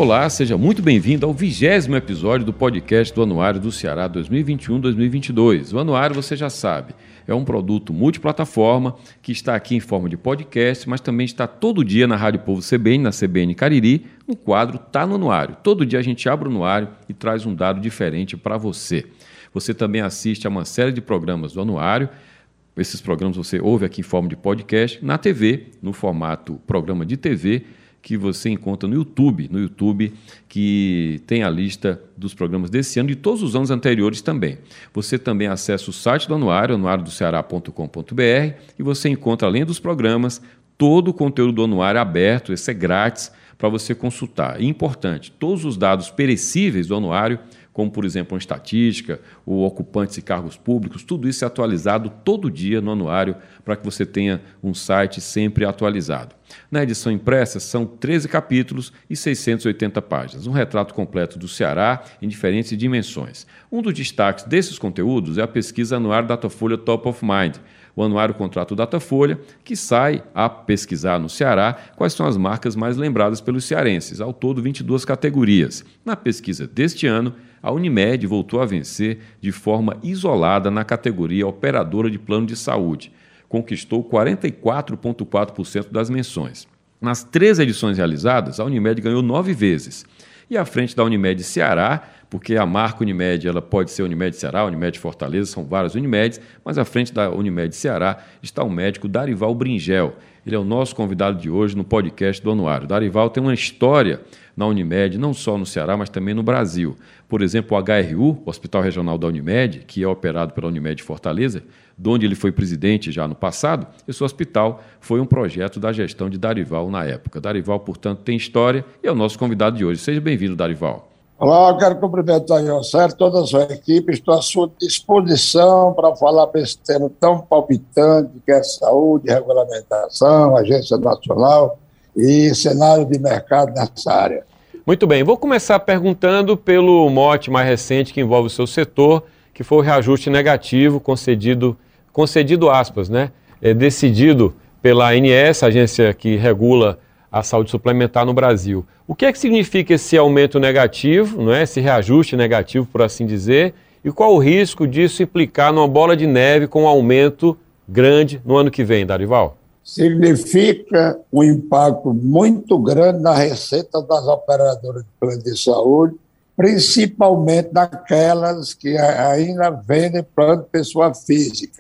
Olá, seja muito bem-vindo ao 20º episódio do podcast do Anuário do Ceará 2021-2022. O Anuário, você já sabe, é um produto multiplataforma que está aqui em forma de podcast, mas também está todo dia na Rádio Povo CBN, na CBN Cariri, no quadro Tá no Anuário. Todo dia a gente abre o Anuário e traz um dado diferente para você. Você também assiste a uma série de programas do Anuário. Esses programas você ouve aqui em forma de podcast, na TV, no formato programa de TV, que você encontra no YouTube que tem a lista dos programas desse ano e de todos os anos anteriores também. Você também acessa o site do Anuário, anuariodoceará.com.br, e você encontra, além dos programas, todo o conteúdo do Anuário aberto, esse é grátis para você consultar. E importante, todos os dados perecíveis do Anuário, como, por exemplo, uma estatística, ou ocupantes e cargos públicos, tudo isso é atualizado todo dia no Anuário para que você tenha um site sempre atualizado. Na edição impressa, são 13 capítulos e 680 páginas, um retrato completo do Ceará em diferentes dimensões. Um dos destaques desses conteúdos é a pesquisa anuária Datafolha Top of Mind, o anuário contrato Datafolha, que sai a pesquisar no Ceará quais são as marcas mais lembradas pelos cearenses, ao todo 22 categorias. Na pesquisa deste ano, a Unimed voltou a vencer de forma isolada na categoria operadora de plano de saúde. Conquistou 44,4% das menções. Nas 3 edições realizadas, a Unimed ganhou 9 vezes. E à frente da Unimed Ceará, porque a marca Unimed ela pode ser Unimed Ceará, Unimed Fortaleza, são várias Unimeds, mas à frente da Unimed Ceará está o médico Darival Bringel. Ele é o nosso convidado de hoje no podcast do Anuário. Darival tem uma história na Unimed, não só no Ceará, mas também no Brasil. Por exemplo, o HRU, o Hospital Regional da Unimed, que é operado pela Unimed Fortaleza, de onde ele foi presidente já no passado, esse hospital foi um projeto da gestão de Darival na época. Darival, portanto, tem história e é o nosso convidado de hoje. Seja bem-vindo, Darival. Olá, eu quero cumprimentar o José, toda a sua equipe, estou à sua disposição para falar para esse tema tão palpitante que é saúde, regulamentação, agência nacional e cenário de mercado nessa área. Muito bem, vou começar perguntando pelo mote mais recente que envolve o seu setor, que foi o reajuste negativo concedido aspas, né? Decidido pela ANS, a agência que regula a saúde suplementar no Brasil. O que é que significa esse aumento negativo, não é? Esse reajuste negativo, por assim dizer, e qual o risco disso implicar numa bola de neve com um aumento grande no ano que vem, Darival? Significa um impacto muito grande na receita das operadoras de plano de saúde, principalmente daquelas que ainda vendem plano de pessoa física.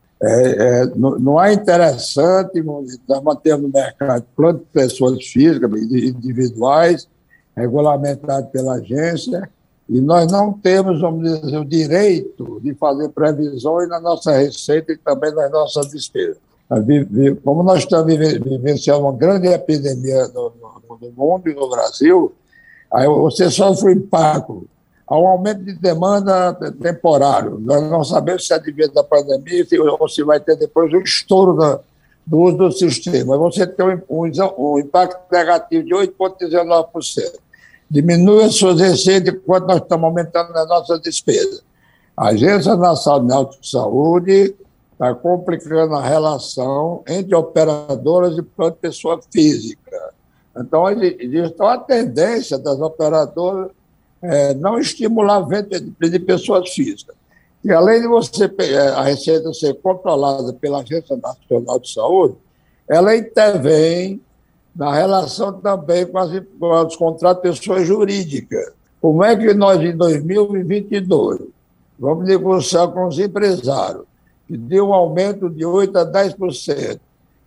Não é interessante nós mantermos no mercado plano de pessoas físicas, individuais, regulamentados pela agência, e nós não temos, vamos dizer, o direito de fazer previsões na nossa receita e também nas nossas despesas. Como nós estamos vivenciando uma grande epidemia no mundo e no Brasil, aí você sofre um impacto. Há um aumento de demanda temporário. Nós não sabemos se é devido à pandemia ou se vai ter depois um estouro do uso do sistema. Você tem um impacto negativo de 8,19%. Diminui as suas receitas enquanto nós estamos aumentando as nossas despesas. A Agência Nacional de Saúde está complicando a relação entre operadoras e plano de pessoa física. Então, existe uma tendência das operadoras não estimular a venda de pessoas físicas. E além de a receita ser controlada pela Agência Nacional de Saúde, ela intervém na relação também com os contratos de pessoas jurídicas. Como é que nós, em 2022, vamos negociar com os empresários, que deu um aumento de 8% a 10%,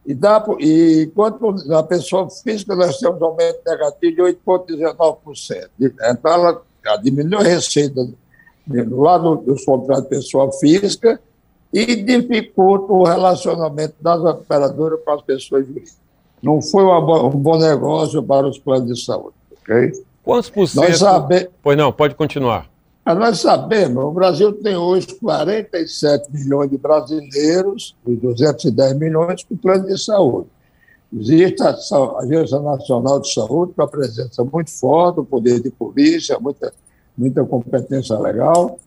e enquanto na pessoa física nós temos um aumento negativo de 8,19%. Então, ela diminuiu a receita do lado dos contratos de pessoa física e dificulta o relacionamento das operadoras com as pessoas jurídicas. Não foi um bom negócio para os planos de saúde. Okay? Quantos por cento? Pois não, pode continuar. Nós sabemos, o Brasil tem hoje 47 milhões de brasileiros, e 210 milhões com plano de saúde. Existe a Agência Nacional de Saúde, com a presença muito forte, o poder de polícia, muita competência legal,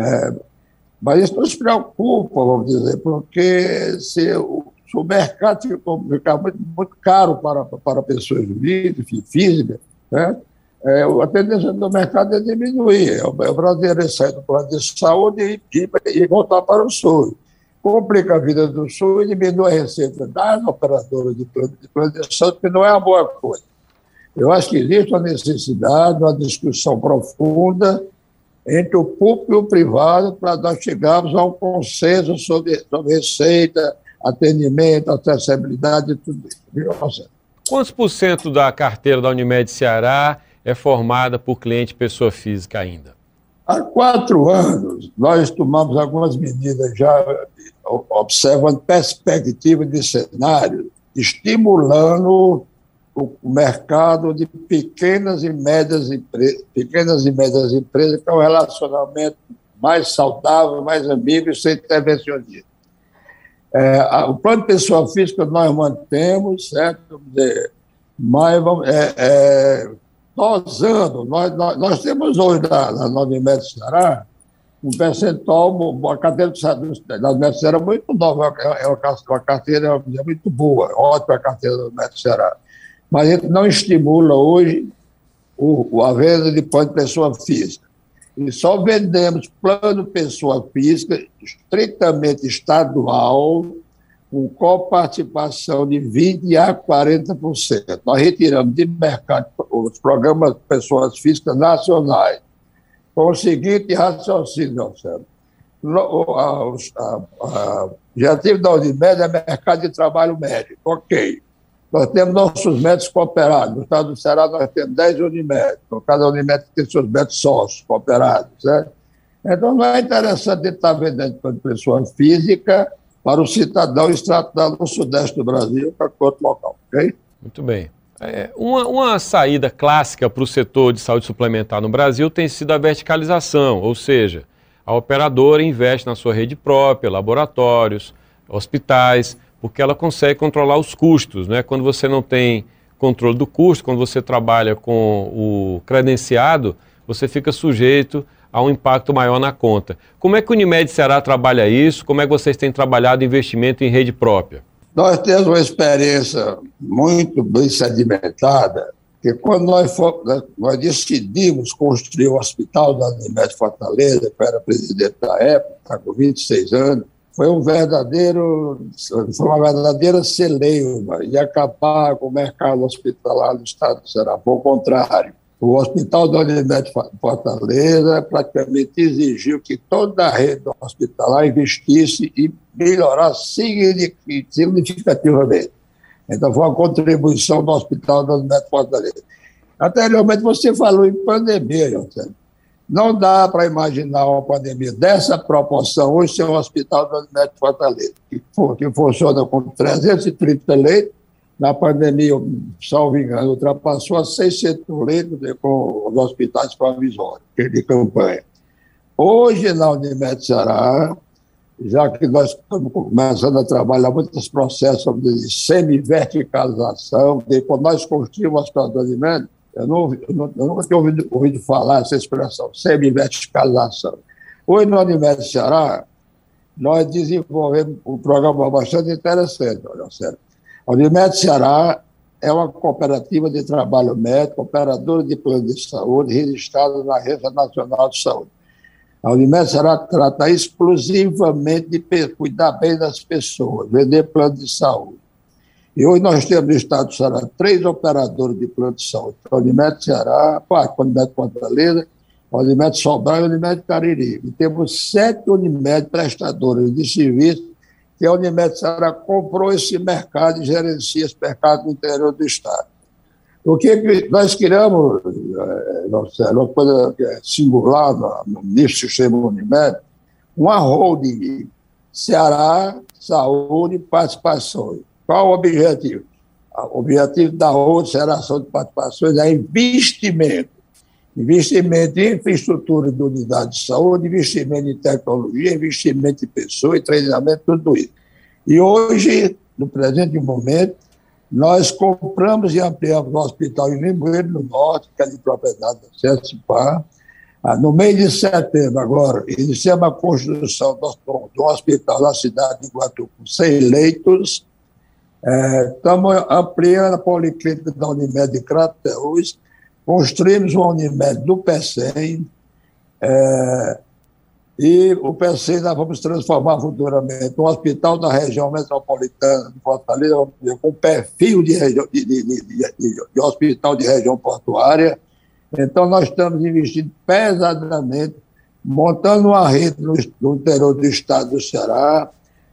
mas isso nos preocupa, vamos dizer, porque se o mercado ficar muito caro para pessoas jurídicas, físicas, né? A tendência do mercado é diminuir. O brasileiro sai do plano de saúde e voltar para o SUS. Complica a vida do SUS e diminui a receita das operadoras de plano de saúde, que não é uma boa coisa. Eu acho que existe uma necessidade, uma discussão profunda entre o público e o privado para nós chegarmos a um consenso sobre receita, atendimento, acessibilidade e tudo isso. Quantos por cento da carteira da Unimed Ceará é formada por cliente pessoa física ainda? Há 4 anos, nós tomamos algumas medidas já observando perspectiva de cenário, estimulando o mercado de pequenas e médias empresas, que é um relacionamento mais saudável, mais amigo e sem intervencionismo. O plano de pessoa física nós mantemos, certo? Mas dosando, nós temos hoje na Unimed Ceará um percentual, a carteira da Unimed Ceará é muito nova, é uma carteira muito boa, ótima carteira da Unimed Ceará. Mas a gente não estimula hoje a venda de plano de pessoa física. E só vendemos plano de pessoa física estritamente estadual, com coparticipação de 20% a 40%. Nós retiramos de mercado os programas de pessoas físicas nacionais, com o seguinte raciocínio, Marcelo. O objetivo da Unimed é mercado de trabalho médico, ok. Nós temos nossos médicos cooperados. No estado do Ceará, nós temos 10 Unimed. Cada Unimed tem seus médicos sócios cooperados, certo? Então, não é interessante estar vendendo para pessoa física para o cidadão extratado no sudeste do Brasil, para outro local, ok? Muito bem. Uma saída clássica para o setor de saúde suplementar no Brasil tem sido a verticalização, ou seja, a operadora investe na sua rede própria, laboratórios, hospitais, porque ela consegue controlar os custos, né? Quando você não tem controle do custo, quando você trabalha com o credenciado, você fica sujeito a um impacto maior na conta. Como é que o Unimed Ceará trabalha isso? Como é que vocês têm trabalhado investimento em rede própria? Nós temos uma experiência muito bem sedimentada, que quando nós decidimos construir o hospital da Unimed Fortaleza, que eu era presidente da época, com 26 anos, foi uma verdadeira celeuma e acabar com o mercado hospitalar do estado do Ceará. Por contrário, o hospital da Unimed Fortaleza praticamente exigiu que toda a rede hospitalar investisse e melhorasse significativamente. Então, foi uma contribuição do hospital da Unimed Fortaleza. Anteriormente, você falou em pandemia, José. Não dá para imaginar uma pandemia dessa proporção hoje sem um hospital da Unimed Fortaleza, que funciona com 330 leitos. Na pandemia, salvo engano, ultrapassou a 600 leitos com os hospitais provisórios, de campanha. Hoje, na Unimed Ceará, já que nós estamos começando a trabalhar muitos processos de semi-verticalização, quando nós construímos o hospital da Unimed, eu nunca tinha ouvido falar essa expressão, semi-verticalização. Hoje, na Unimed Ceará, nós desenvolvemos um programa bastante interessante, olha, sério. A Unimed Ceará é uma cooperativa de trabalho médico, operadora de plano de saúde, registrada na Agência Nacional de Saúde. A Unimed Ceará trata exclusivamente de cuidar bem das pessoas, vender plano de saúde. E hoje nós temos no estado do Ceará 3 operadores de plano de saúde. A Unimed Ceará, a Unimed Fortaleza, a Unimed Sobral e a Unimed Cariri. E temos 7 Unimed prestadores de serviço que a Unimed Ceará comprou esse mercado e gerencia esse mercado no interior do estado. O que nós criamos, uma coisa singular no nicho do sistema Unimed, uma holding Ceará, Saúde e Participações. Qual o objetivo? O objetivo da holding Ceará, Saúde e Participações é investimento. Investimento em infraestrutura de unidade de saúde, investimento em tecnologia, investimento em pessoas, treinamento, tudo isso. E hoje, no presente momento, nós compramos e ampliamos o hospital em Limoeiro, no Norte, que é de propriedade da CESPAR. No mês de setembro, agora, iniciamos a construção do hospital na cidade de Iguatu, com 100 leitos. Estamos ampliando a policlínica da Unimed de Crateús. construímos uma Unimed do PECEM, e o PECEM nós vamos transformar futuramente um hospital da região metropolitana de Fortaleza, com perfil de hospital de região portuária. Então, nós estamos investindo pesadamente, montando uma rede no interior do estado do Ceará,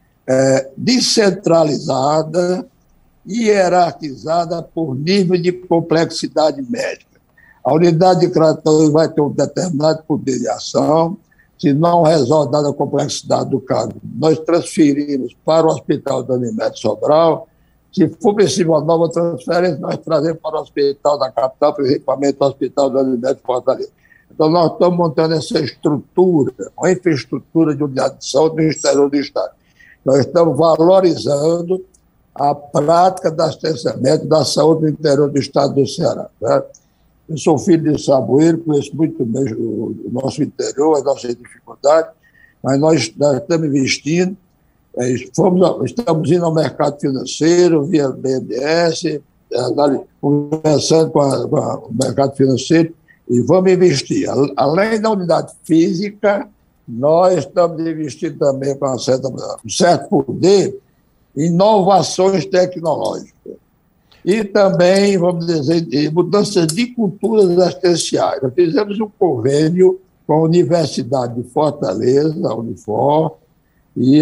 descentralizada e hierarquizada por nível de complexidade médica. A unidade de Crateús vai ter um determinado poder de ação. Se não resolve dada a complexidade do caso, nós transferimos para o Hospital da Unimed Sobral. Se for preciso uma nova transferência, nós trazemos para o Hospital da capital, principalmente o Hospital da Unimed Fortaleza. Então, nós estamos montando essa estrutura, uma infraestrutura de unidade de saúde no exterior do Estado. Nós estamos valorizando a prática do assistência médica da saúde no interior do Estado do Ceará. Né? Eu sou filho de Saboeiro, conheço muito bem o nosso interior, as nossas dificuldades, mas nós estamos investindo, estamos indo ao mercado financeiro, via BNDES, conversando com o mercado financeiro, e vamos investir. Além da unidade física, nós estamos investindo também com um certo poder em inovações tecnológicas. E também, vamos dizer, mudanças de culturas assistenciais. Nós fizemos um convênio com a Universidade de Fortaleza, a Unifor, e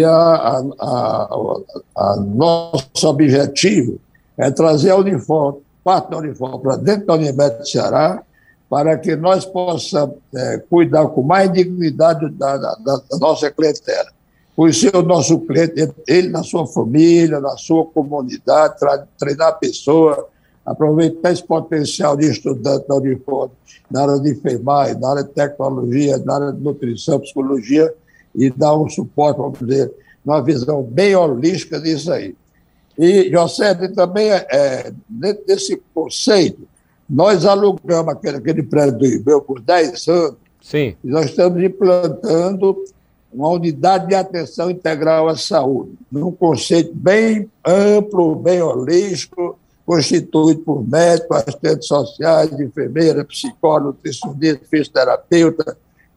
nosso objetivo é trazer a Unifor, parte da Unifor, para dentro da Unimed do Ceará, para que nós possamos cuidar com mais dignidade da nossa clientela. Conhecer o nosso cliente, ele na sua família, na sua comunidade, treinar a pessoa, aproveitar esse potencial de estudante da Unifor, na área de enfermagem, na área de tecnologia, na área de nutrição, psicologia, e dar um suporte, vamos dizer, uma visão bem holística disso aí. E, José, também, dentro desse conceito, nós alugamos aquele prédio do IBEL por 10 anos. Sim. E nós estamos implantando uma unidade de atenção integral à saúde, num conceito bem amplo, bem holístico, constituído por médicos, assistentes sociais, enfermeiras, psicólogos, nutricionistas, fisioterapeuta,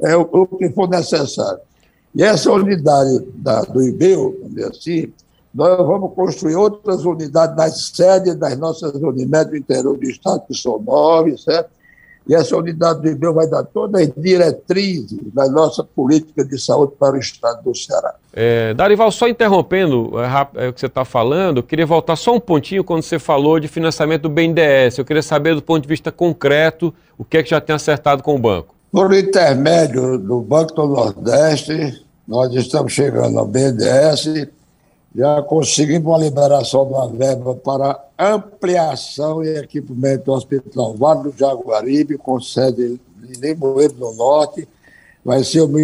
o que for necessário. E essa unidade do IBEL, vamos dizer assim, nós vamos construir outras unidades nas sedes das nossas Unimed do interior do estado, que são 9, certo? E essa unidade do IBEL vai dar todas as diretrizes da nossa política de saúde para o estado do Ceará. Darival, só interrompendo o que você está falando, eu queria voltar só um pontinho quando você falou de financiamento do BNDES. Eu queria saber, do ponto de vista concreto, o que é que já tem acertado com o banco. Por intermédio do Banco do Nordeste, nós estamos chegando ao BNDES, já conseguimos uma liberação de uma verba para ampliação e equipamento do Hospital Vale do Jaguaribe, com sede em Limoeiro do Norte. Vai ser o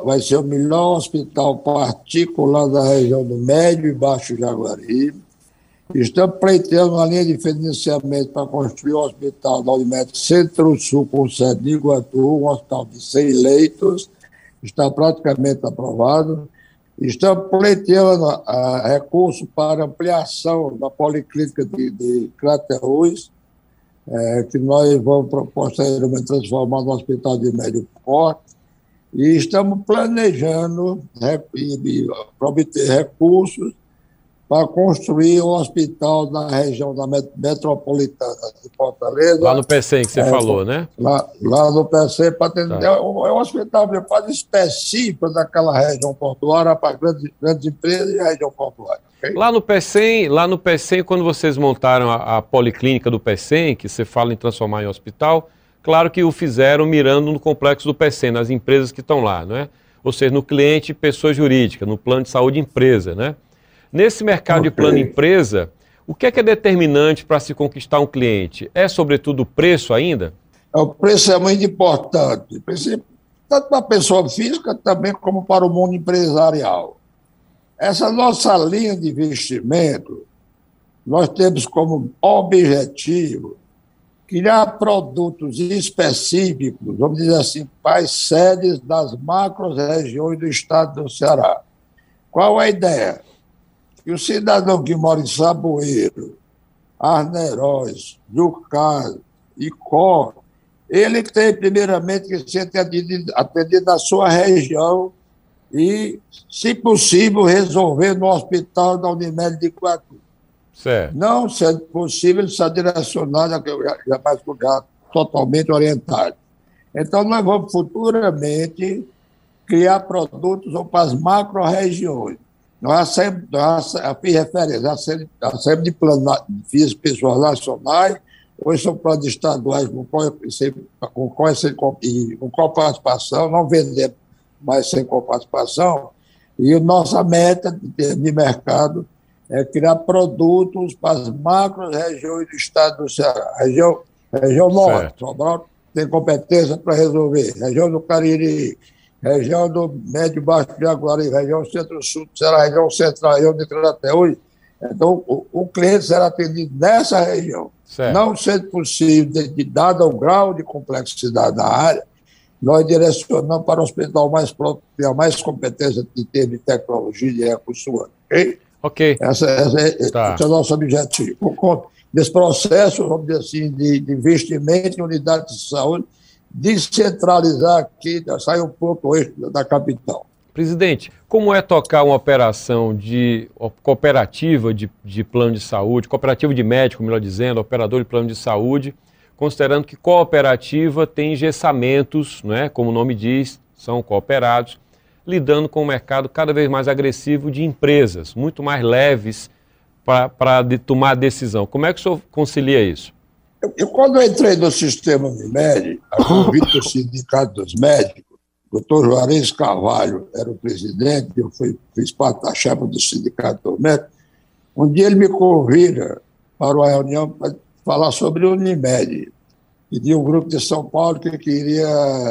melhor hospital particular da região do Médio e Baixo Jaguaribe. Estamos pleiteando uma linha de financiamento para construir um hospital da Unimed Centro-Sul, com sede em Iguatu, um hospital de 100 leitos, está praticamente aprovado. Estamos pleiteando recursos para ampliação da Policlínica de Crateús, que nós vamos posteriormente transformar no hospital de médio porte, e estamos planejando para obter recursos para construir um hospital na região da metropolitana de Fortaleza. Lá no PECEM que você falou, né? Lá no PECEM, para atender. É um hospital quase específico daquela região portuária, para grandes empresas e a região portuária. Okay? Lá no PECEM, quando vocês montaram a policlínica do PECEM, que você fala em transformar em hospital, claro que o fizeram mirando no complexo do PECEM, nas empresas que estão lá, não é? Ou seja, no cliente pessoa jurídica, no plano de saúde empresa, né? Nesse mercado de plano empresa, o que é determinante para se conquistar um cliente? É, sobretudo, o preço ainda? O preço é muito importante, tanto para a pessoa física também como para o mundo empresarial. Essa nossa linha de investimento, nós temos como objetivo criar produtos específicos, vamos dizer assim, para as sedes das macro-regiões do estado do Ceará. Qual a ideia? Que o cidadão que mora em Saboeiro, Arneróis, Jucás, Icó, Ele tem, primeiramente, que ser atendido na sua região e, se possível, resolver no hospital da Unimed de Iguatu. Certo. Não sendo possível, ele está direcionado a mais lugar totalmente orientado. Então, nós vamos futuramente criar produtos para as macro-regiões. Eu fiz referência a sempre de plano, fiz pessoas nacionais, hoje são planos estaduais com coparticipação, não vender mais sem coparticipação, e a nossa meta de mercado é criar produtos para as macro-regiões do estado do Ceará. Região Norte, Sobral tem competência para resolver. Região do Cariri, região do Médio e Baixo de Jaguari, região Centro-Sul do Ceará, região Central, região de Crateús. Então, o cliente será atendido nessa região. Certo. Não sendo possível, dado o grau de complexidade da área, nós direcionamos para o hospital mais próximo, que tem a mais competência em termos de tecnologia e de recursos humanos. Ok. Esse é o nosso objetivo. Nesse processo, vamos dizer assim, de investimento em unidades de saúde, descentralizar aqui, sair um pouco hoje da capital. Presidente, como é tocar uma operação de cooperativa de plano de saúde, cooperativa de médico, melhor dizendo, operador de plano de saúde, considerando que cooperativa tem engessamentos, né, como o nome diz, são cooperados, lidando com um mercado cada vez mais agressivo de empresas, muito mais leves para tomar decisão. Como é que o senhor concilia isso? Quando eu entrei no sistema Unimed, a convite do Sindicato dos Médicos, o doutor Juarez Carvalho era o presidente, eu fiz parte da chapa do Sindicato dos Médicos. Um dia ele me convida para uma reunião para falar sobre o Unimed. E tinha um grupo de São Paulo que queria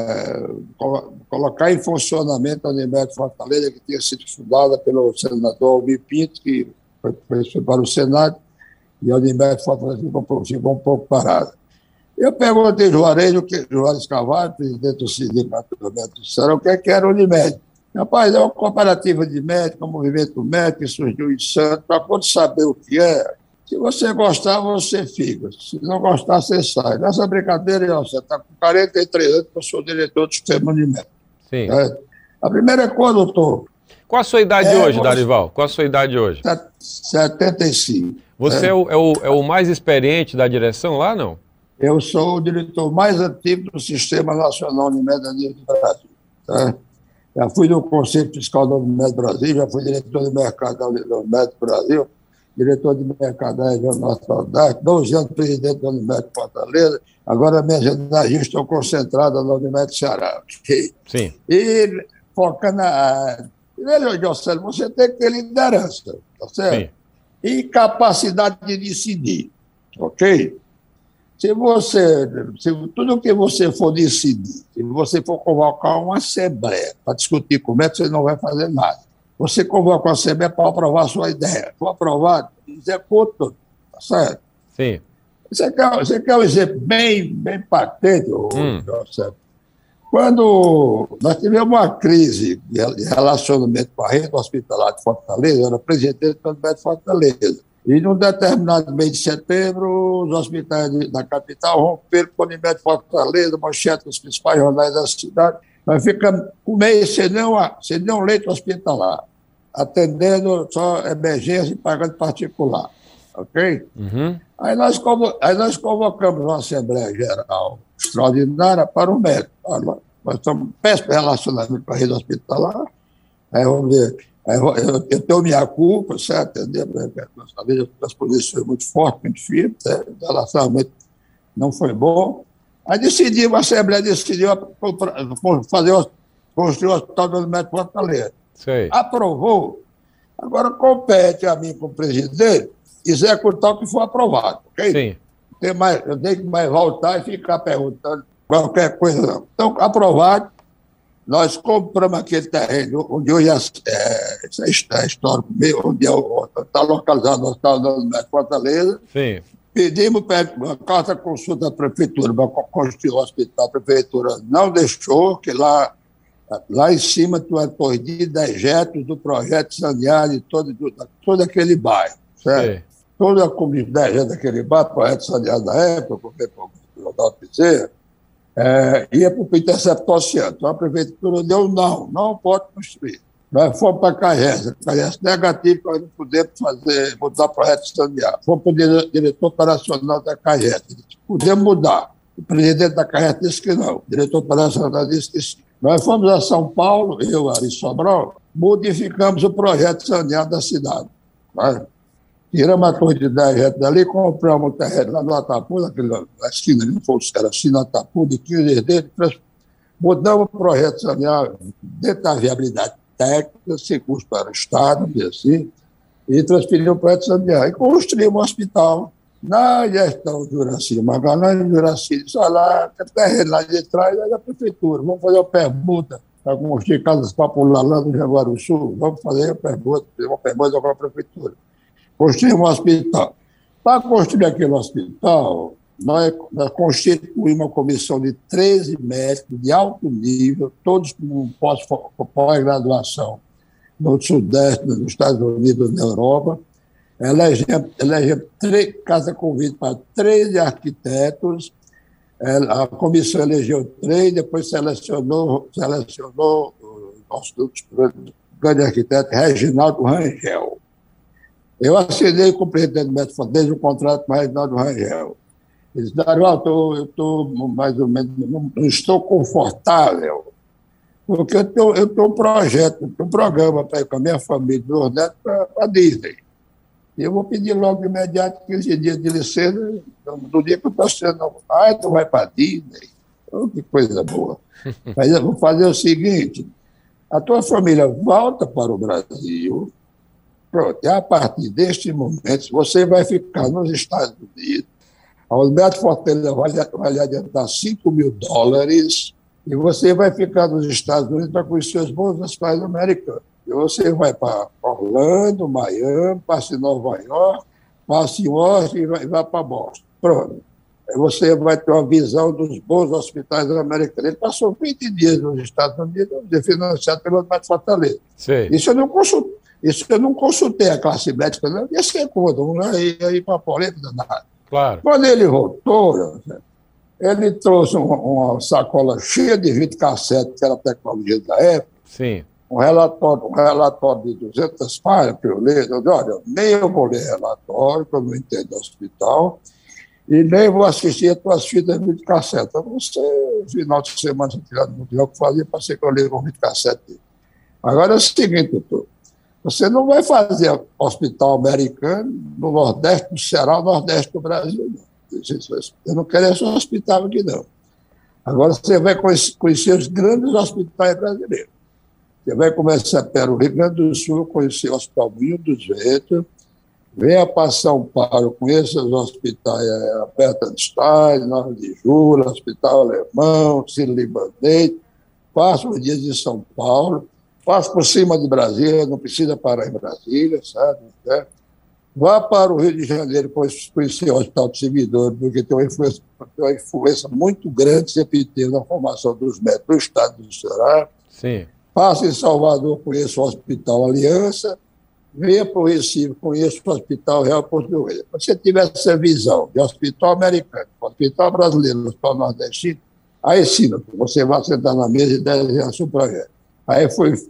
colocar em funcionamento a Unimed Fortaleza, que tinha sido fundada pelo senador Almir Pinto, que foi para o Senado, e a Unimed Fortaleza ficou um pouco parada. Eu perguntei Juarez Carvalho, presidente do Sindicato do Médico, disseram o que era a Unimed. Rapaz, é uma cooperativa de médicos, um movimento médico que surgiu em Santos, para quando saber o que é. Se você gostar, você fica. Se não gostar, você sai. Nessa brincadeira, você está com 43 anos, eu sou diretor do sistema Unimed. Sim. A primeira coisa, doutor... Qual a sua idade hoje, Darival? Qual a sua idade hoje? 75. Você é o mais experiente da direção lá, não? Eu sou o diretor mais antigo do Sistema Nacional Unimed do Brasil. Tá? Já fui no Conselho Fiscal da Unimed Brasil, já fui diretor de mercado da Unimed Brasil, diretor de mercado da região Norte-Nordeste, 12 anos presidente da Unimed Fortaleza, agora minhas energias estão concentradas na Unimed Ceará. Sim. E focando na... José, você tem que ter liderança, tá certo? Sim. E capacidade de decidir, ok? Se tudo que você for decidir, se você for convocar uma assembleia para discutir como é que você não vai fazer nada, você convoca uma assembleia para aprovar a sua ideia. For aprovado, executa, tá certo? Sim. Você quer um exemplo bem patente, José? Quando nós tivemos uma crise de relacionamento com a rede hospitalar de Fortaleza, eu era presidente do Unimed Fortaleza. E num determinado mês de setembro, os hospitais da capital romperam com a Unimed Fortaleza, manchete dos principais jornais da cidade. Nós ficamos um mês sem nenhum leito hospitalar, atendendo só emergência e pagando particular. Ok? Uhum. Aí nós convocamos uma Assembleia Geral extraordinária para o médico. Nós estamos péssimo relacionamento com a rede hospitalar. Aí vamos ver. Eu tenho minha culpa, certo? As posições muito fortes, muito firmes, o relacionamento não foi bom. Aí a Assembleia decidiu construir o Hospital do Unimed Fortaleza. Sei. Aprovou. Agora compete a mim, como presidente, executar o que foi aprovado, ok? Sim. Eu tenho que mais voltar e ficar perguntando qualquer coisa, não. Então, aprovado, nós compramos aquele terreno onde hoje é histórico, onde está localizado o Hospital da Unimed Fortaleza. Sim. Pedimos uma carta de consulta da Prefeitura para construir o hospital. A Prefeitura não deixou, que lá em cima tinha uma torre de dejetos do projeto saneado de todo aquele bairro, certo? Sim. Toda a comunidade daquele bairro, projeto saneado da época, o Ronaldo Bezerra, ia para o Interceptor Oceano. Então a prefeitura deu não pode construir. Nós fomos para a CAES negativo, nós não podemos mudar o projeto sanear. Fomos para o diretor operacional da CAES, podemos mudar. O presidente da CAES disse que não, o diretor operacional disse que sim. Nós fomos a São Paulo, eu, Ari Sobral, modificamos o projeto de sanear da cidade. Né? Tiramos a torre de 10 metros dali, compramos um terreno lá no Atapu, naquela esquina ali, não foi era esquina Atapu, de 15 dedos, mudamos o projeto de sanear dentro da viabilidade técnica, sem custo para o Estado, assim, e transferimos o projeto de sanear. E construímos um hospital na gestão do Juraci Magalhães, Juraci disse, olha lá, tem terreno lá de trás, é da prefeitura, vamos fazer uma permuta para construir casas populares lá no Jaguaru Sul, vamos fazer uma permuta com a prefeitura. Construímos um hospital. Para construir aquele hospital, nós constituímos uma comissão de 13 médicos de alto nível, todos com pós-graduação no Sudeste, nos Estados Unidos, na Europa. Elegemos casa convite para 13 arquitetos. A comissão elegeu 3, depois selecionou o nosso grande arquiteto, Reginaldo Rangel. Eu assinei com o presidente do Médico Forense um contrato com o Reginaldo Rangel. Ele disse, eu estou mais ou menos, não estou confortável, porque eu tenho um projeto, um programa para ir com a minha família do Nordeste para a Disney. E eu vou pedir logo de imediato 15 dias de licença, no dia que eu estou sendo, tu vai para a Disney? Oh, que coisa boa. Mas eu vou fazer o seguinte, a tua família volta para o Brasil, pronto, e a partir deste momento, você vai ficar nos Estados Unidos, a Unimed Fortaleza vai lhe adiantar $5.000 e você vai ficar nos Estados Unidos para conhecer os bons hospitais americanos. E você vai para Orlando, Miami, passa em Nova York, passa em Washington e vai para Boston. Pronto. Aí você vai ter uma visão dos bons hospitais americanos. Ele passou 20 dias nos Estados Unidos, financiado pela Unimed Fortaleza. Isso eu não consultei a classe médica, não ia ser contra, não ia ir para a polêmica danada. Claro. Quando ele voltou, ele trouxe uma sacola cheia de videocassete, que era a tecnologia da época. Sim. Um relatório de 200 páginas que eu leio. Eu disse, olha, nem eu vou ler relatório, que eu não entendo do hospital, e nem vou assistir as tuas fitas de videocassete. Então, você, no final de semana, você tirar do mundial, que fazia para ser que eu leio com videocassete. Agora é o seguinte, doutor. Você não vai fazer hospital americano no Nordeste do Ceará, no Nordeste do Brasil, não. Eu não quero esse hospital aqui, não. Agora você vai conhecer os grandes hospitais brasileiros. Você vai começar pelo Rio Grande do Sul, conhecer o Hospital Moinho dos Ventos, venha para São Paulo, conheça os hospitais Bertanstein, Nova de Jura, Hospital Alemão, Sírio-Libanês, passa os dias de São Paulo, passa por cima de Brasília, não precisa parar em Brasília, sabe? Né? Vá para o Rio de Janeiro conhecer o Hospital de Servidores, porque tem uma influência muito grande, sempre teve na formação dos médicos do Estado do Ceará. Sim. Passe em Salvador, conheça o Hospital Aliança, venha para o Recife, conheça o Hospital Real Português. Quando você tiver essa visão de hospital americano, hospital brasileiro, hospital nordestino, aí sim, você vai sentar na mesa e desenhar seu projeto. Aí,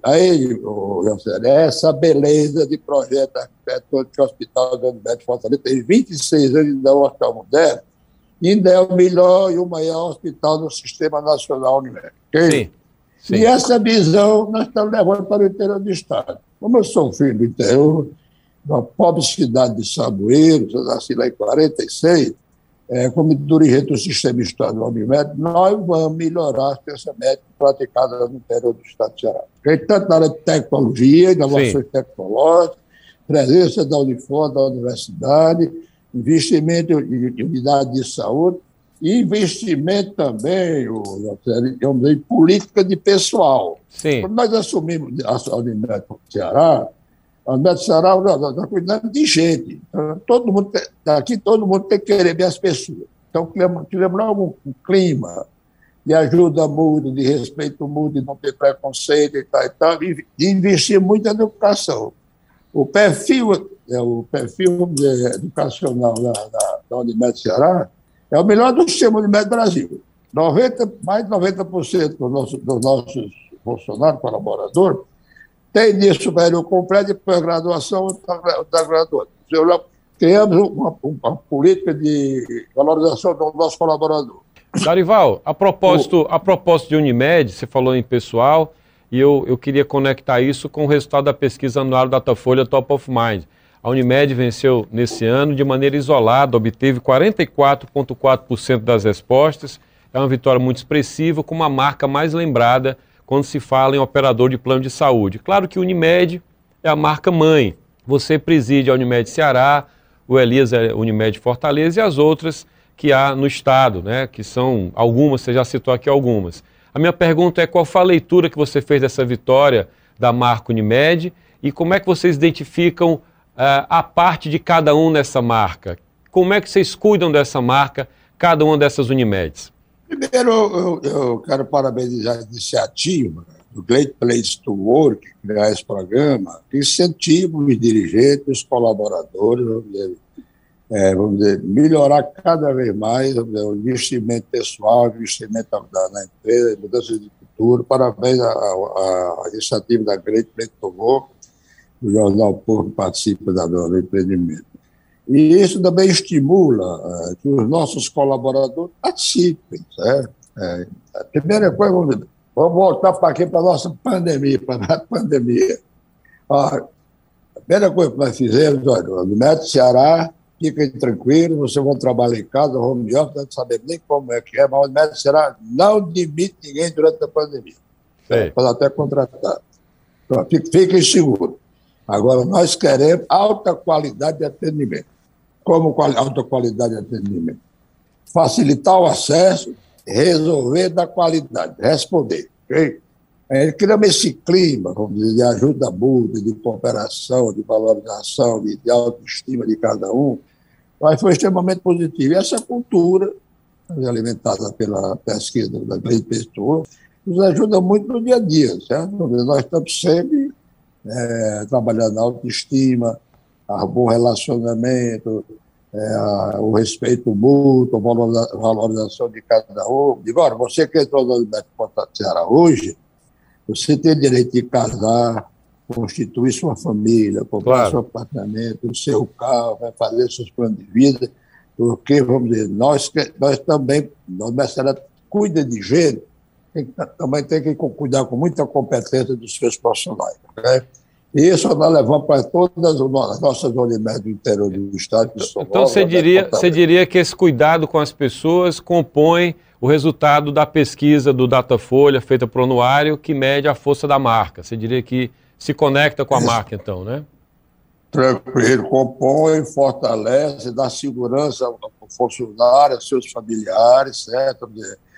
essa beleza de projeto arquitetônico que o Hospital da Unimed Fortaleza tem 26 anos, ainda é um hospital moderno, ainda é o melhor e o maior hospital do Sistema Nacional Unimed. Okay? Sim. E essa visão nós estamos levando para o interior do Estado. Como eu sou filho do interior, de uma pobre cidade de Saboeiros, eu nasci lá em 46, como dirigente do Sistema Estadual Unimed, nós vamos melhorar a assistência médica praticada no interior do Estado do Ceará. Tanto na área de tecnologia, inovações tecnológicas, presença da Unifor, da universidade, investimento em unidade de saúde, e investimento também, em política de pessoal. Sim. Quando nós assumimos a Unimed do Ceará, a Unimed do Ceará está cuidando de gente. Então, todo mundo tem que querer ver as pessoas. Então, tivemos logo um clima de ajuda mútua, de respeito mútuo, de não ter preconceito e tal, e investir muito na educação. O perfil educacional da Unimed do Ceará é o melhor do sistema Unimed do Brasil. mais de 90% dos nossos funcionários, colaboradores, tem nível superior completo e pós-graduação da graduação. Criamos uma política de valorização do nosso colaborador. Darival, a propósito de Unimed, você falou em pessoal, e eu queria conectar isso com o resultado da pesquisa anual Datafolha Top of Mind. A Unimed venceu nesse ano de maneira isolada, obteve 44,4% das respostas, é uma vitória muito expressiva, com uma marca mais lembrada quando se fala em operador de plano de saúde. Claro que Unimed é a marca mãe, você preside a Unimed Ceará, o Elias é Unimed Fortaleza e as outras que há no estado, né? Que são algumas, você já citou aqui algumas. A minha pergunta é qual foi a leitura que você fez dessa vitória da marca Unimed e como é que vocês identificam a parte de cada um nessa marca? Como é que vocês cuidam dessa marca, cada uma dessas Unimeds? Primeiro, eu quero parabenizar a iniciativa do Great Place to Work, criar esse programa, que incentiva os dirigentes, os colaboradores, vamos dizer, melhorar cada vez mais o investimento pessoal, o investimento na empresa, mudança de futuro. Parabéns à iniciativa da Great Place to Work, o Jornal Povo participa do empreendimento. E isso também estimula que os nossos colaboradores participem. A primeira coisa, vamos voltar para aqui, para a nossa pandemia, a primeira coisa que nós fizemos, olha, o Unimed Ceará, fiquem tranquilos, vocês vão trabalhar em casa, home office, não sabemos nem como é que é, mas o Unimed Ceará não demite ninguém durante a pandemia. Pode até contratar. Então, fiquem seguros. Agora, nós queremos alta qualidade de atendimento. Como alta qualidade de atendimento? Facilitar o acesso, resolver da qualidade, responder. Okay? Criamos esse clima, vamos dizer, de ajuda mútua, de cooperação, de valorização, de autoestima de cada um, mas foi extremamente positivo. E essa cultura, alimentada pela pesquisa da Great Place to Work, nos ajuda muito no dia a dia, certo? Nós estamos sempre trabalhando na autoestima, o bom relacionamento, o respeito mútuo, a valorização de cada um. Agora, você que entrou no Unimed Ceará hoje, você tem direito de casar, constituir sua família, comprar seu apartamento, o seu carro, vai fazer seus planos de vida, porque, vamos dizer, nós também, nós cuida de gente, também tem que cuidar com muita competência dos seus profissionais. Okay? E isso nós levamos para todas as nossas Unimed do interior do estado. Então você diria que esse cuidado com as pessoas compõe o resultado da pesquisa do Datafolha, feita por Anuário, que mede a força da marca. Você diria que se conecta com a marca, então, né? Tranquilo, compõe, fortalece, dá segurança ao funcionário, aos seus familiares, certo?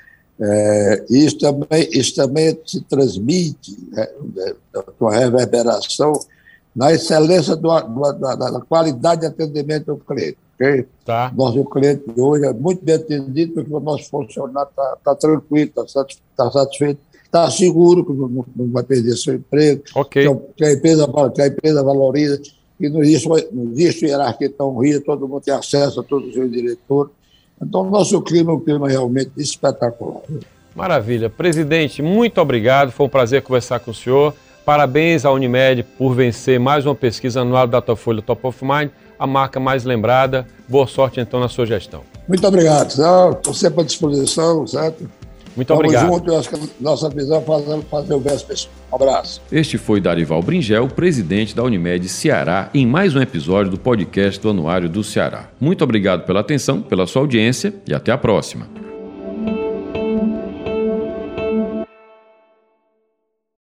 Isso também se transmite, né, com a reverberação na excelência da qualidade de atendimento ao cliente. Okay? Tá. Nosso cliente hoje é muito bem atendido porque o nosso funcionário está tranquilo, está satisfeito, está seguro que não vai perder seu emprego, que a empresa valoriza, que não existe hierarquia tão ruim, todo mundo tem acesso a todos os seus diretores. Então, o nosso clima é um clima realmente espetacular. Maravilha. Presidente, muito obrigado. Foi um prazer conversar com o senhor. Parabéns à Unimed por vencer mais uma pesquisa anual do Datafolha Top of Mind, a marca mais lembrada. Boa sorte, então, na sua gestão. Muito obrigado. Estou sempre à disposição, certo? Muito obrigado. Vamos juntos, eu acho que a nossa visão é fazer o bem às pessoas. Um abraço. Este foi Darival Bringel, presidente da Unimed Ceará, em mais um episódio do podcast do Anuário do Ceará. Muito obrigado pela atenção, pela sua audiência e até a próxima.